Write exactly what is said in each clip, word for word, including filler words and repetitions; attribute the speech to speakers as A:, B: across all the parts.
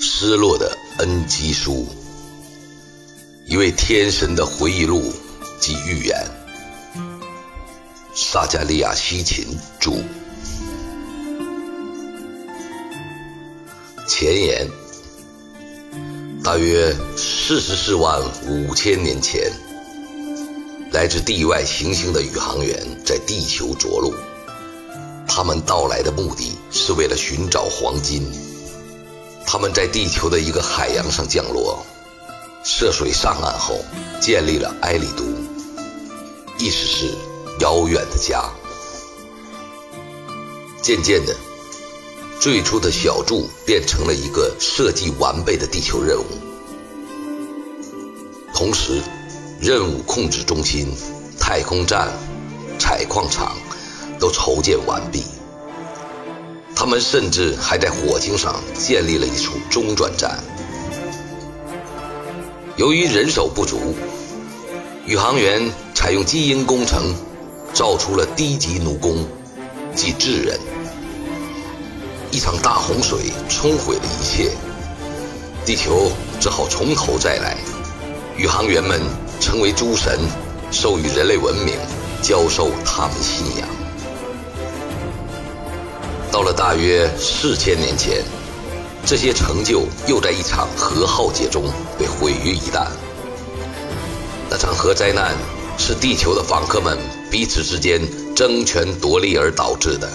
A: 失落的恩基书，一位天神的回忆录及预言。撒迦利亚西芹著。前言：大约四十四万五千年前，来自地外行星的宇航员在地球着陆，他们到来的目的是为了寻找黄金。他们在地球的一个海洋上降落，涉水上岸后建立了埃里都，意思是遥远的家。渐渐的，最初的小筑变成了一个设计完备的地球任务，同时任务控制中心、太空站、采矿场都筹建完毕。他们甚至还在火星上建立了一处中转站。由于人手不足，宇航员采用基因工程造出了低级奴工，即智人。一场大洪水冲毁了一切，地球只好从头再来。宇航员们成为诸神，授予人类文明，教授他们信仰。到了大约四千年前，这些成就又在一场核浩劫中被毁于一旦。那场核灾难是地球的访客们彼此之间争权夺利而导致的。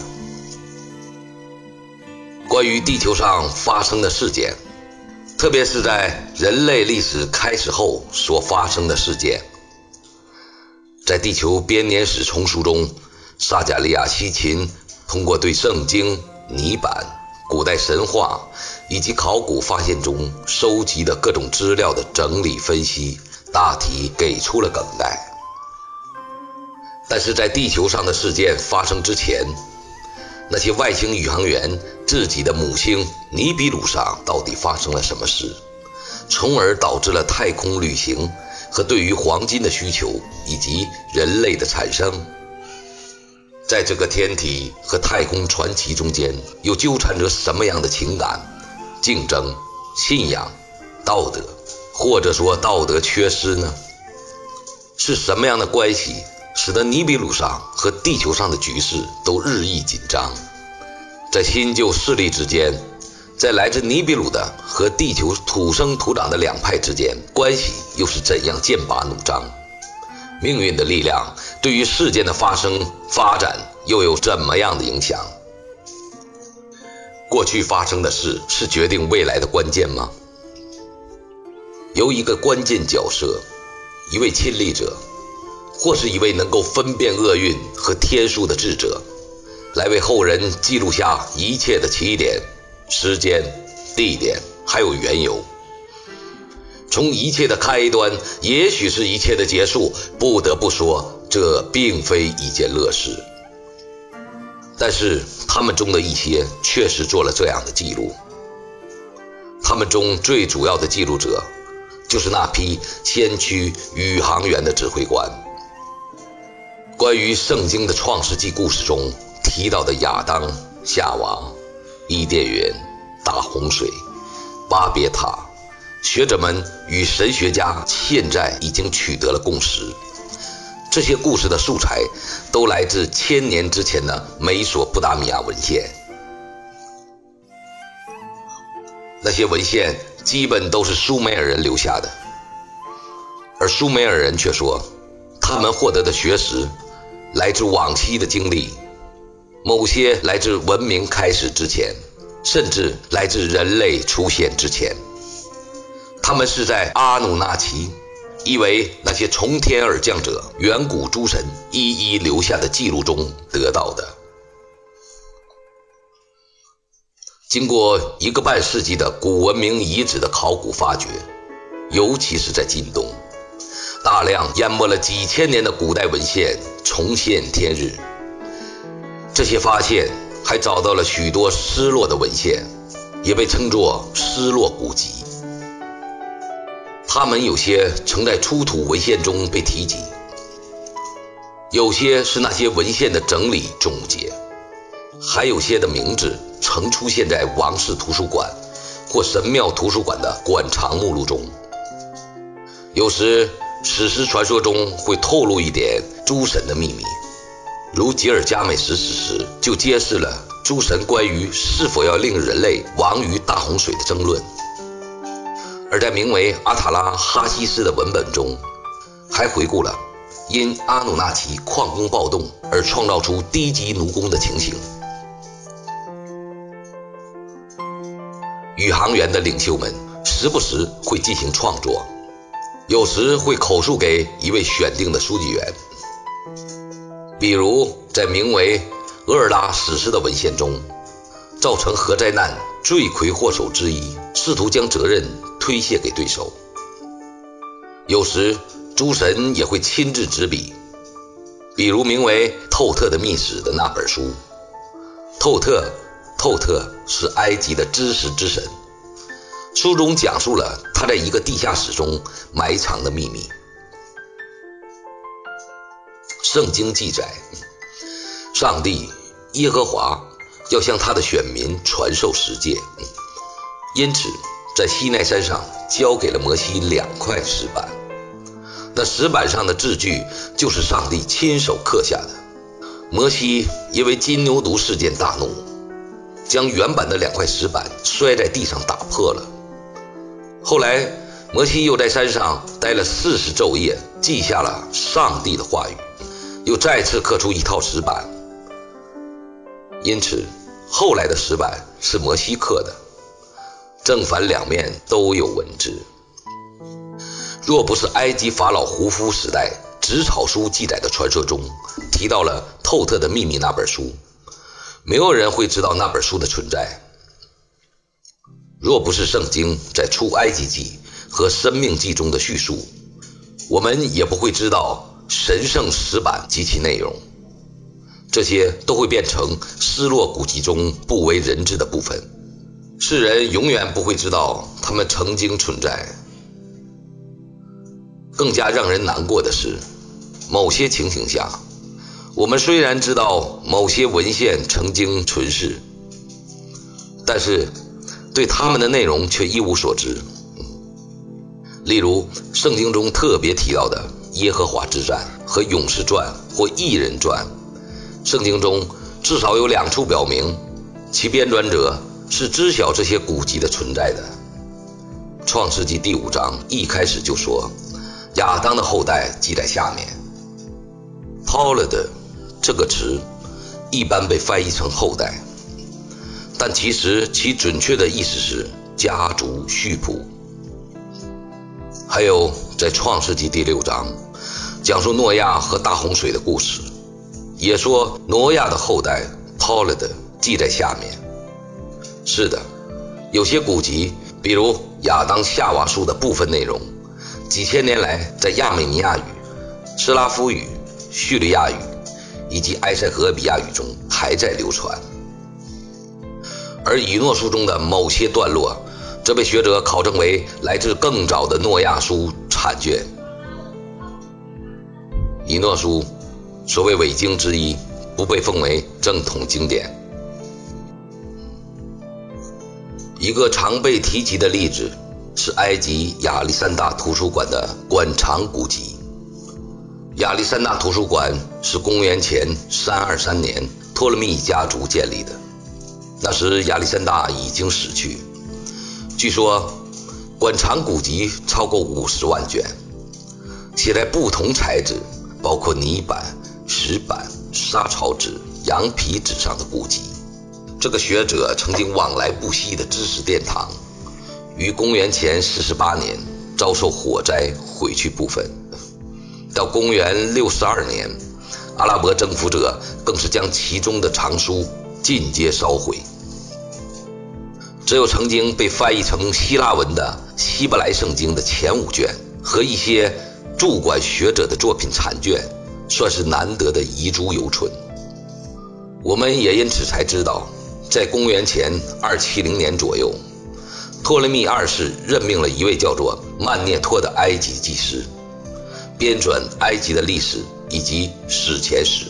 A: 关于地球上发生的事件，特别是在人类历史开始后所发生的事件，在地球编年史丛书中，撒迦利亚西芹通过对圣经、泥板、古代神话以及考古发现中收集的各种资料的整理分析，大体给出了梗概。但是在地球上的事件发生之前，那些外星宇航员自己的母星尼比鲁上到底发生了什么事，从而导致了太空旅行和对于黄金的需求以及人类的产生。在这个天体和太空传奇中间，又纠缠着什么样的情感、竞争、信仰、道德，或者说道德缺失呢？是什么样的关系使得尼比鲁上和地球上的局势都日益紧张？在新旧势力之间，在来自尼比鲁的和地球土生土长的两派之间，关系又是怎样剑拔弩张？命运的力量对于事件的发生发展又有怎么样的影响？过去发生的事是决定未来的关键吗？由一个关键角色，一位亲历者，或是一位能够分辨厄运和天数的智者，来为后人记录下一切的起点、时间、地点还有缘由。从一切的开端，也许是一切的结束，不得不说，这并非一件乐事。但是他们中的一些确实做了这样的记录。他们中最主要的记录者，就是那批先驱宇航员的指挥官。关于圣经的创世纪故事中提到的亚当、夏娃、伊甸园、大洪水、巴别塔，学者们与神学家现在已经取得了共识。这些故事的素材都来自千年之前的美索不达米亚文献。那些文献基本都是苏美尔人留下的，而苏美尔人却说，他们获得的学识来自往昔的经历，某些来自文明开始之前，甚至来自人类出现之前。他们是在阿努纳奇，意为那些从天而降者、远古诸神一一留下的记录中得到的。经过一个半世纪的古文明遗址的考古发掘，尤其是在近东，大量淹没了几千年的古代文献重现天日。这些发现还找到了许多失落的文献，也被称作失落古籍。他们有些曾在出土文献中被提及，有些是那些文献的整理总结，还有些的名字曾出现在王室图书馆或神庙图书馆的馆藏目录中。有时史诗传说中会透露一点诸神的秘密，如吉尔伽美什史诗就揭示了诸神关于是否要令人类亡于大洪水的争论。而在名为阿塔拉哈西斯的文本中，还回顾了因阿努纳奇矿工暴动而创造出低级奴工的情形。宇航员的领袖们时不时会进行创作，有时会口述给一位选定的书记员。比如在名为俄尔拉史诗的文献中，造成核灾难罪魁祸首之一试图将责任推卸给对手。有时诸神也会亲自执笔，比如名为透特的秘史的那本书。透特透特是埃及的知识之神，书中讲述了他在一个地下室中埋藏的秘密。圣经记载，上帝耶和华要向他的选民传授十诫，因此在西奈山上交给了摩西两块石板，那石板上的字句就是上帝亲手刻下的。摩西因为金牛犊事件大怒，将原版的两块石板摔在地上打破了。后来摩西又在山上待了四十昼夜，记下了上帝的话语，又再次刻出一套石板，因此后来的石板是摩西刻的，正反两面都有文字。若不是埃及法老胡夫时代纸草书记载的传说中提到了透特的秘密那本书，没有人会知道那本书的存在。若不是圣经在出埃及记和生命记中的叙述，我们也不会知道神圣石板及其内容，这些都会变成失落古籍中不为人知的部分，世人永远不会知道它们曾经存在。更加让人难过的是，某些情形下，我们虽然知道某些文献曾经存世，但是对它们的内容却一无所知。例如圣经中特别提到的耶和华之战和勇士传或异人传，圣经中至少有两处表明其编纂者是知晓这些古籍的存在的。创世纪第五章一开始就说亚当的后代记在下面。 Told 这个词一般被翻译成后代，但其实其准确的意思是家族序谱。还有在创世纪第六章讲述诺亚和大洪水的故事，也说挪亚的后代 Told 记在下面。是的，有些古籍比如亚当夏娃书的部分内容，几千年来在亚美尼亚语、斯拉夫语、叙利亚语以及埃塞俄比亚语中还在流传。而以诺书中的某些段落则被学者考证为来自更早的诺亚书产卷。以诺书所谓伪经之一，不被奉为正统经典。一个常被提及的例子是埃及亚历山大图书馆的馆藏古籍。亚历山大图书馆是公元前三二三年托勒密家族建立的，那时亚历山大已经死去。据说馆藏古籍超过五十万卷，写在不同材质，包括泥板、石板、沙草纸、羊皮纸上的古籍。这个学者曾经往来不息的知识殿堂，于公元前四十八年遭受火灾毁去部分。到公元六十二年，阿拉伯征服者更是将其中的藏书尽皆烧毁。只有曾经被翻译成希腊文的希伯来圣经的前五卷和一些驻馆学者的作品残卷，算是难得的遗珠犹存。我们也因此才知道，在公元前二七零年左右，托勒密二世任命了一位叫做曼涅托的埃及技师，编纂埃及的历史以及史前史。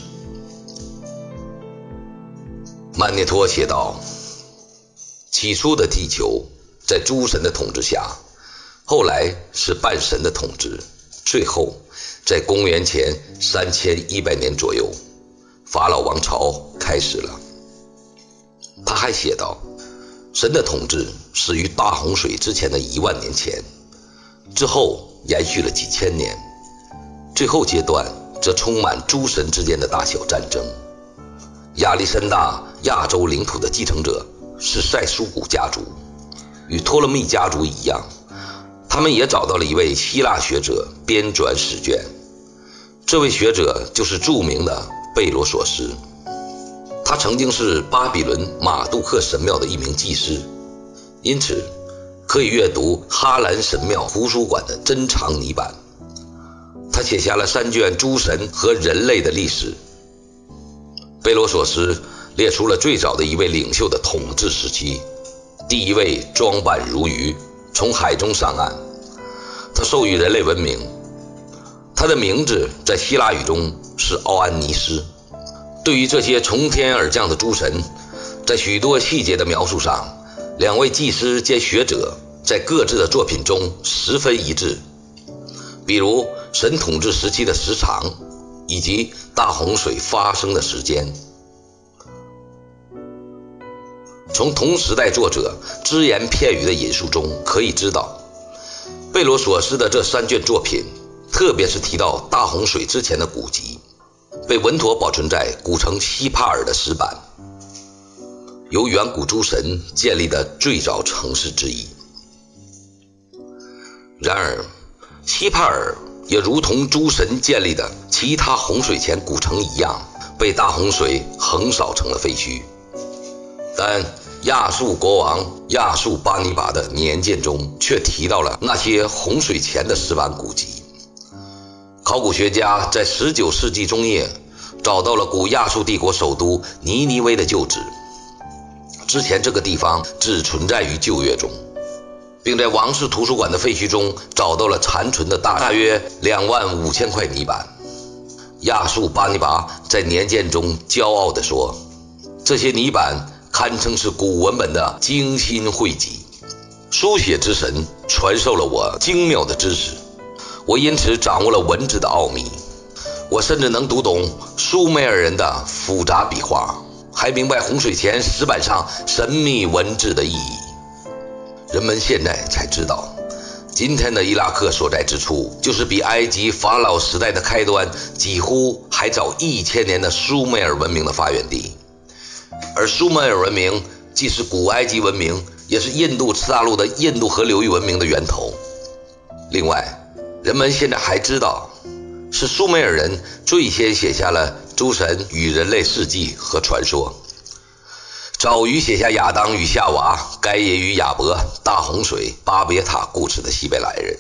A: 曼涅托写道，起初的地球在诸神的统治下，后来是半神的统治，最后在公元前三千一百年左右，法老王朝开始了。他还写道，神的统治始于大洪水之前的一万年前，之后延续了几千年，最后阶段则充满诸神之间的大小战争。亚历山大亚洲领土的继承者是塞苏古家族，与托勒密家族一样，他们也找到了一位希腊学者编纂史卷，这位学者就是著名的贝罗索斯。他曾经是巴比伦马杜克神庙的一名祭司，因此可以阅读哈兰神庙图书馆的珍藏泥板。他写下了三卷诸神和人类的历史。贝罗索斯列出了最早的一位领袖的统治时期，第一位装扮如鱼从海中上岸，他授予人类文明。他的名字在希腊语中是奥安尼斯。对于这些从天而降的诸神，在许多细节的描述上，两位祭司兼学者在各自的作品中十分一致。比如神统治时期的时长，以及大洪水发生的时间。从同时代作者只言片语的引述中可以知道，贝罗索斯的这三卷作品，特别是提到大洪水之前的古籍，被稳妥保存在古城希帕尔的石板，由远古诸神建立的最早城市之一。然而希帕尔也如同诸神建立的其他洪水前古城一样，被大洪水横扫成了废墟。但亚述国王亚述巴尼拔的年鉴中却提到了那些洪水前的石板古籍。考古学家在十九世纪中叶找到了古亚述帝国首都尼尼微的旧址，之前这个地方只存在于旧约中，并在王室图书馆的废墟中找到了残存的大约两万五千块泥板。亚述巴尼拔在年鉴中骄傲地说，这些泥板堪称是古文本的精心汇集，书写之神传授了我精妙的知识，我因此掌握了文字的奥秘，我甚至能读懂苏美尔人的复杂笔画，还明白洪水前石板上神秘文字的意义。人们现在才知道，今天的伊拉克所在之处，就是比埃及法老时代的开端几乎还早一千年的苏美尔文明的发源地。而苏美尔文明既是古埃及文明，也是印度次大陆的印度河流域文明的源头。另外，人们现在还知道，是苏美尔人最先写下了诸神与人类事迹和传说，早于写下亚当与夏娃、该隐与亚伯、大洪水、巴别塔故事的希伯来人，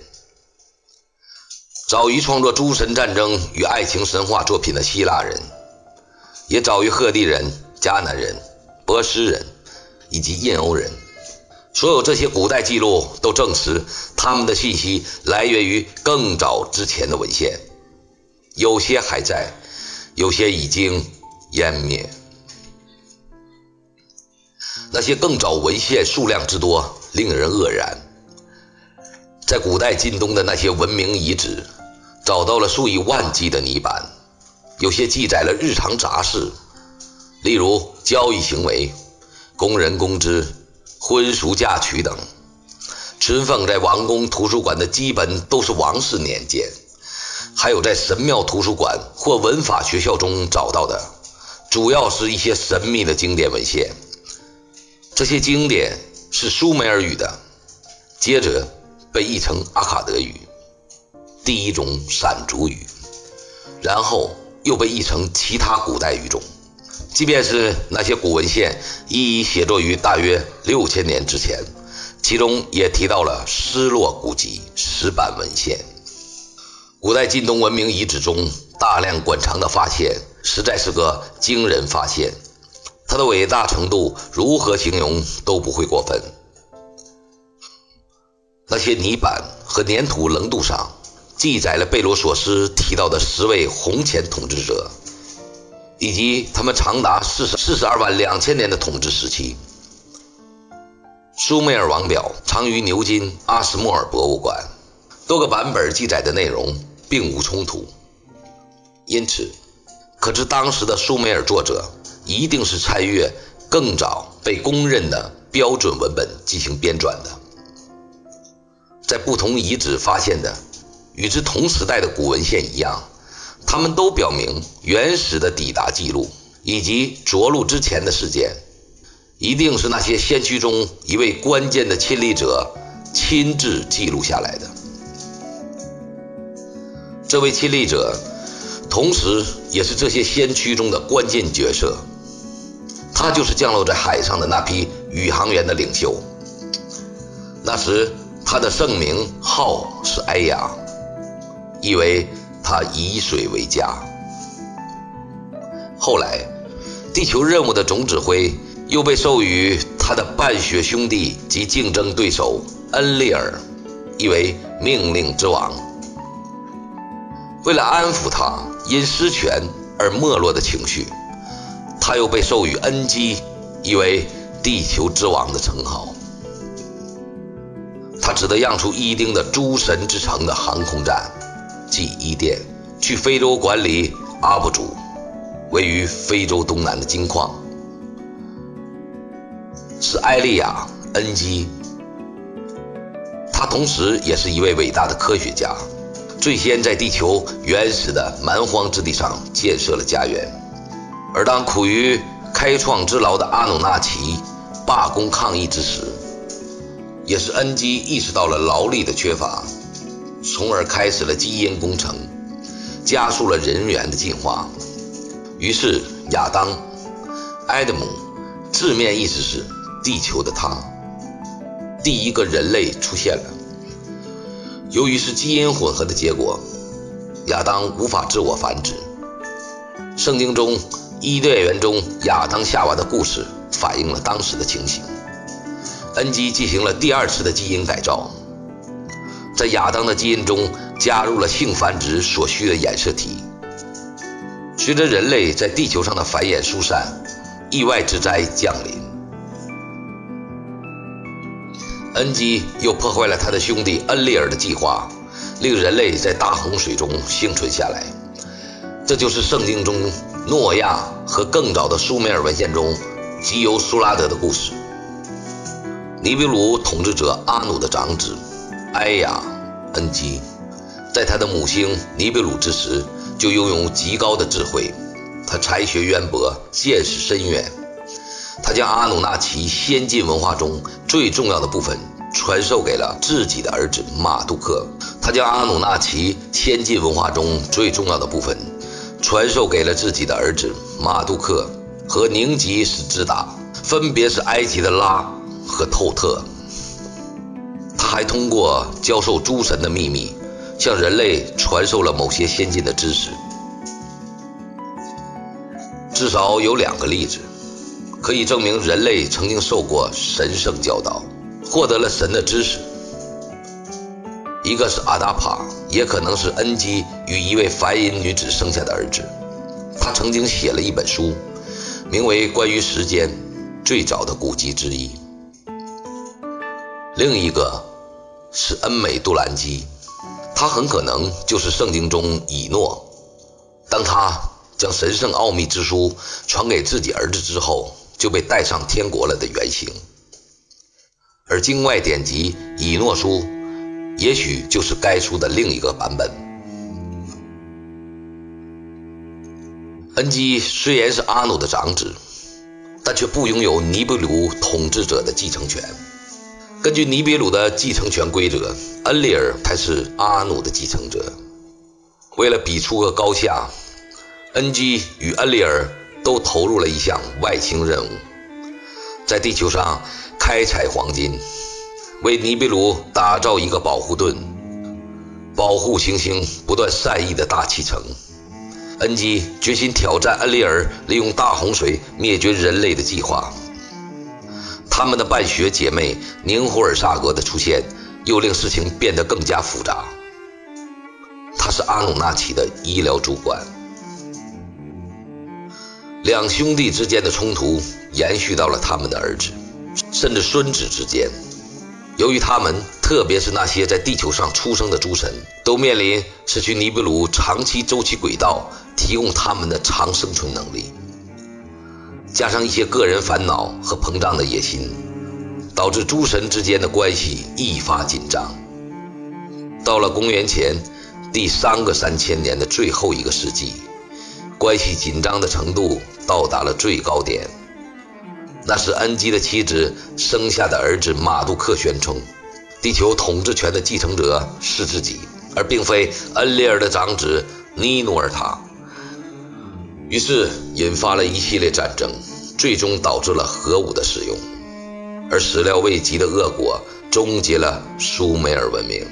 A: 早于创作诸神战争与爱情神话作品的希腊人，也早于赫地人、迦南人、波斯人以及印欧人。所有这些古代记录都证实他们的信息来源于更早之前的文献，有些还在，有些已经湮灭。那些更早文献数量之多，令人愕然。在古代近东的那些文明遗址，找到了数以万计的泥板，有些记载了日常杂事，例如交易行为、工人工资、婚俗嫁娶等。存放在王宫图书馆的基本都是王室年鉴，还有在神庙图书馆或文法学校中找到的，主要是一些神秘的经典文献。这些经典是苏美尔语的，接着被译成阿卡德语，第一种闪族语，然后又被译成其他古代语种。即便是那些古文献一一写作于大约六千年之前，其中也提到了失落古籍、石板文献。古代近东文明遗址中大量馆藏的发现，实在是个惊人发现，它的伟大程度如何形容都不会过分。那些泥板和粘土棱度上记载了贝罗索斯提到的十位洪前统治者，以及他们长达四十二万两千年的统治时期。 苏美尔王表藏于牛津阿什莫尔博物馆，多个版本记载的内容并无冲突，因此可知当时的苏美尔作者一定是参阅更早被公认的标准文本进行编纂的。在不同遗址发现的与之同时代的古文献一样，它们都表明原始的抵达记录以及着陆之前的事件一定是那些先驱中一位关键的亲历者亲自记录下来的。这位亲历者同时也是这些先驱中的关键角色，他就是降落在海上的那批宇航员的领袖。那时他的圣名号是埃雅，意为他以水为家。后来地球任务的总指挥又被授予他的半血兄弟及竞争对手恩利尔，意为命令之王。为了安抚他因失权而没落的情绪，他又被授予恩基，意为地球之王的称号。他只得让出伊丁的诸神之城的航空站，即伊甸，去非洲管理阿布祖，位于非洲东南的金矿。是埃利亚恩基，他同时也是一位伟大的科学家，最先在地球原始的蛮荒之地上建设了家园。而当苦于开创之劳的阿努纳奇罢工抗议之时，也是恩基意识到了劳力的缺乏，从而开始了基因工程，加速了人猿的进化。于是亚当 Adam 字面意思是地球的他，第一个人类出现了。由于是基因混合的结果，亚当无法自我繁殖。圣经中伊甸园中亚当夏娃的故事反映了当时的情形。恩基进行了第二次的基因改造，在亚当的基因中加入了性繁殖所需的染色体。随着人类在地球上的繁衍疏散，意外之灾降临。恩基又破坏了他的兄弟恩利尔的计划，令人类在大洪水中幸存下来。这就是圣经中诺亚和更早的苏美尔文献中基尤苏拉德的故事。尼比鲁统治者阿努的长子埃雅恩基，在他的母星尼比鲁之时就拥有极高的智慧，他才学渊博，见识深远。他将阿努纳奇先进文化中最重要的部分传授给了自己的儿子马杜克，他将阿努纳奇先进文化中最重要的部分传授给了自己的儿子马杜克和宁吉史之达，分别是埃及的拉和透特。他还通过教授诸神的秘密，向人类传授了某些先进的知识。至少有两个例子可以证明人类曾经受过神圣教导，获得了神的知识。一个是阿达帕，也可能是恩基与一位梵音女子生下的儿子，他曾经写了一本书，名为《关于时间》，最早的古籍之一。另一个是恩美杜兰基，他很可能就是圣经中以诺，当他将神圣奥秘之书传给自己儿子之后，就被带上天国了的原型。而经外典籍以诺书也许就是该书的另一个版本。恩基虽然是阿努的长子，但却不拥有尼比鲁统治者的继承权。根据尼比鲁的继承权规则，恩利尔才是阿努的继承者。为了比出个高下，恩基与恩利尔都投入了一项外星任务，在地球上开采黄金，为尼比鲁打造一个保护盾，保护行星不断散逸的大气层。恩基决心挑战恩利尔利用大洪水灭绝人类的计划。他们的半血姐妹宁胡尔萨格的出现又令事情变得更加复杂。他是阿努纳奇的医疗主管。两兄弟之间的冲突延续到了他们的儿子， 甚至孙子之间。由于他们，特别是那些在地球上出生的诸神，都面临失去尼比鲁长期周期轨道提供他们的长生存能力，加上一些个人烦恼和膨胀的野心，导致诸神之间的关系愈发紧张。到了公元前第三个三千年的最后一个世纪，关系紧张的程度到达了最高点。那是恩基的妻子生下的儿子马杜克宣称，地球统治权的继承者是自己，而并非恩利尔的长子尼努尔塔。于是引发了一系列战争，最终导致了核武的使用，而始料未及的恶果终结了苏美尔文明。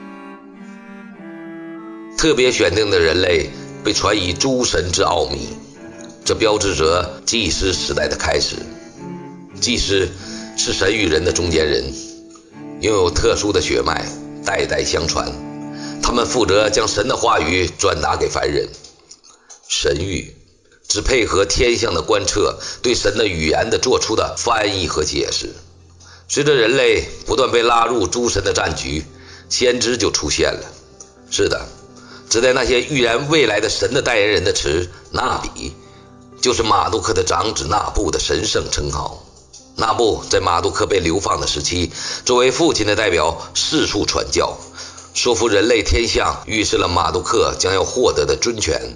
A: 特别选定的人类被传以诸神之奥秘，这标志着祭司时代的开始。祭司是神与人的中间人，拥有特殊的血脉，代代相传。他们负责将神的话语转达给凡人。神谕只配合天象的观测，对神的语言的做出的翻译和解释。随着人类不断被拉入诸神的战局，先知就出现了。是的，指代那些预言未来的神的代言人的词纳比，就是马杜克的长子纳布的神圣称号。纳布在马杜克被流放的时期，作为父亲的代表四处传教，说服人类天象预示了马杜克将要获得的尊权。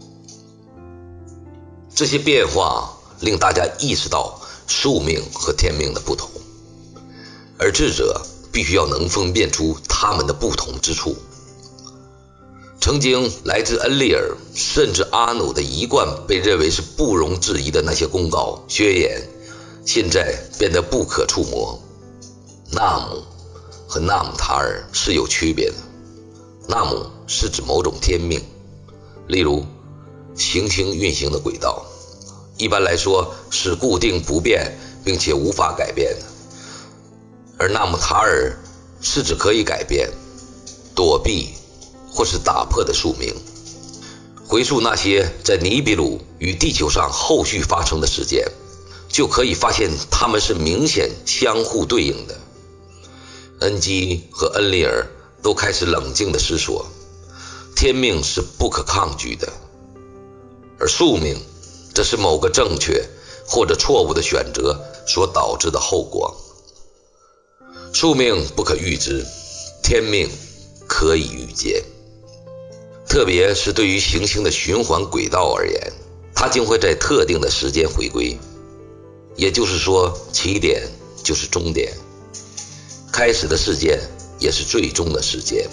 A: 这些变化令大家意识到宿命和天命的不同，而智者必须要能分辨出他们的不同之处。曾经来自恩利尔甚至阿努的一贯被认为是不容置疑的那些公告宣言，现在变得不可触摸。纳姆和纳姆塔尔是有区别的。纳姆是指某种天命，例如行星运行的轨道，一般来说是固定不变并且无法改变的。而纳姆塔尔是指可以改变、躲避或是打破的宿命。回溯那些在尼比鲁与地球上后续发生的事件，就可以发现它们是明显相互对应的。恩基和恩利尔都开始冷静地思索，天命是不可抗拒的，而宿命这是某个正确或者错误的选择所导致的后果。宿命不可预知，天命可以预见。特别是对于行星的循环轨道而言，它将会在特定的时间回归，也就是说，起点就是终点，开始的事件也是最终的事件。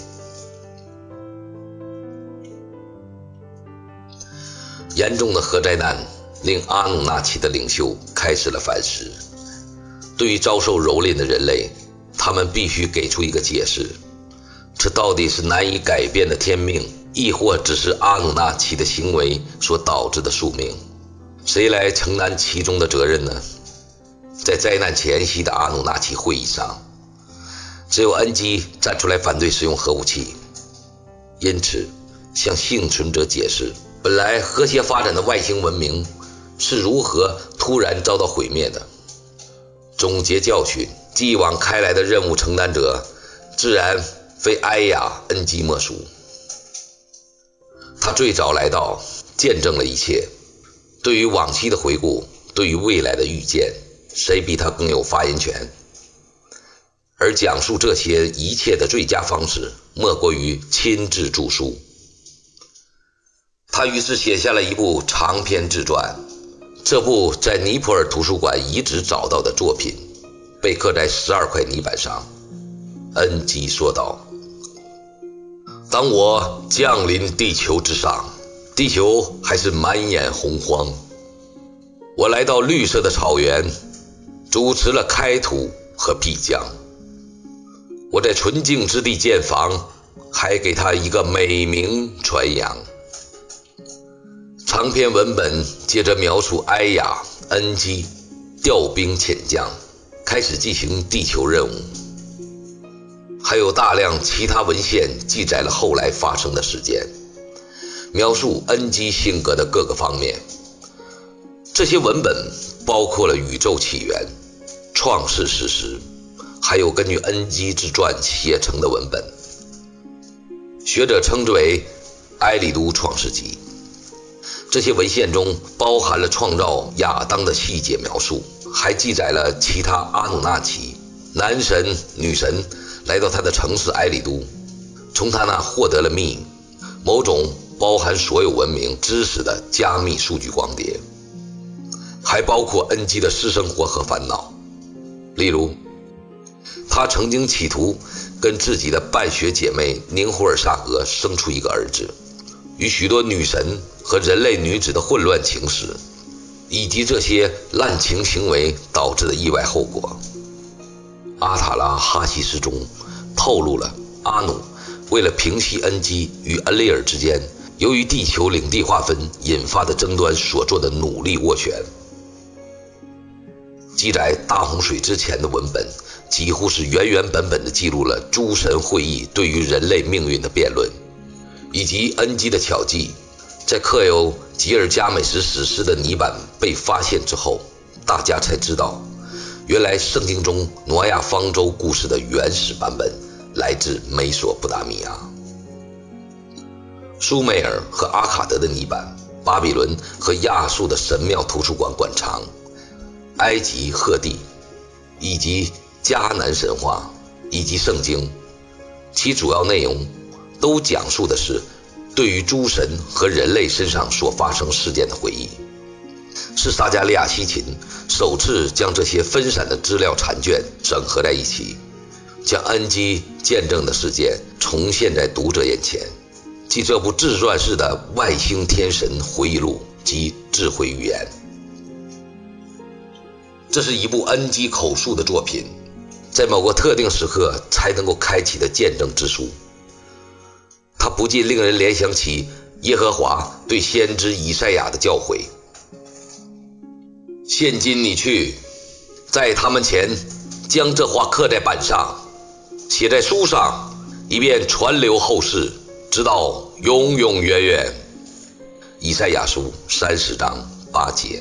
A: 严重的核灾难令阿努纳奇的领袖开始了反思。对于遭受蹂躏的人类，他们必须给出一个解释，这到底是难以改变的天命，亦或只是阿努纳奇的行为所导致的宿命？谁来承担其中的责任呢？在灾难前夕的阿努纳奇会议上，只有恩基站出来反对使用核武器，因此向幸存者解释本来和谐发展的外星文明是如何突然遭到毁灭的。总结教训，继往开来的任务承担者自然非埃雅恩基莫属。他最早来到，见证了一切，对于往昔的回顾，对于未来的预见，谁比他更有发言权？而讲述这些一切的最佳方式，莫过于亲自著书。他于是写下了一部长篇自传，这部在尼泊尔图书馆遗址找到的作品，被刻在十二块泥板上。恩基说道：当我降临地球之上，地球还是满眼洪荒。我来到绿色的草原，主持了开土和辟疆。我在纯净之地建房，还给它一个美名传扬。长篇文本接着描述埃雅、恩基调兵遣将，开始进行地球任务。还有大量其他文献记载了后来发生的事件，描述恩基性格的各个方面。这些文本包括了宇宙起源、 创世史实，还有根据恩基之传写成的文本。学者称之为埃里都创世纪。这些文献中包含了创造亚当的细节描述，还记载了其他阿努纳奇男神女神来到他的城市埃里都，从他那获得了密，某种包含所有文明知识的加密数据光碟，还包括恩基的私生活和烦恼。例如，他曾经企图跟自己的半血姐妹宁胡尔萨格生出一个儿子，与许多女神和人类女子的混乱情史，以及这些滥情行为导致的意外后果。阿塔拉哈西斯中透露了阿努为了平息恩基与恩利尔之间由于地球领地划分引发的争端所做的努力斡旋。记载大洪水之前的文本几乎是原原本本地记录了诸神会议对于人类命运的辩论，以及恩基的巧计。在刻有吉尔加美什史诗的泥板被发现之后，大家才知道原来圣经中挪亚方舟故事的原始版本来自美索不达米亚。苏美尔和阿卡德的泥板，巴比伦和亚述的神庙图书馆馆藏，埃及赫地以及迦南神话以及圣经，其主要内容都讲述的是对于诸神和人类身上所发生事件的回忆。是撒加利亚西芹首次将这些分散的资料残卷整合在一起，将恩基见证的事件重现在读者眼前，即这部自传式的外星天神回忆录及智慧预言。这是一部恩基口述的作品，在某个特定时刻才能够开启的见证之书。它不禁令人联想起耶和华对先知以赛亚的教诲：现今你去，在他们前将这话刻在板上，写在书上，以便传流后世，直到永永远远。以赛亚书三十章八节。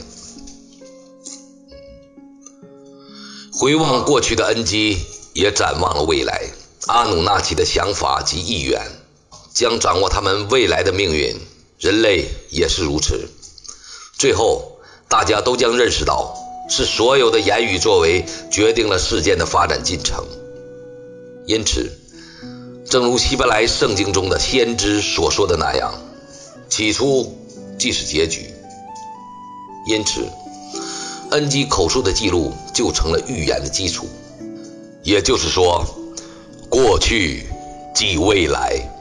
A: 回望过去的恩基，也展望了未来。阿努纳奇的想法及意愿将掌握他们未来的命运，人类也是如此。最后大家都将认识到，是所有的言语作为决定了事件的发展进程。因此正如希伯来圣经中的先知所说的那样，起初即是结局。因此恩基口述的记录就成了预言的基础，也就是说，过去即未来。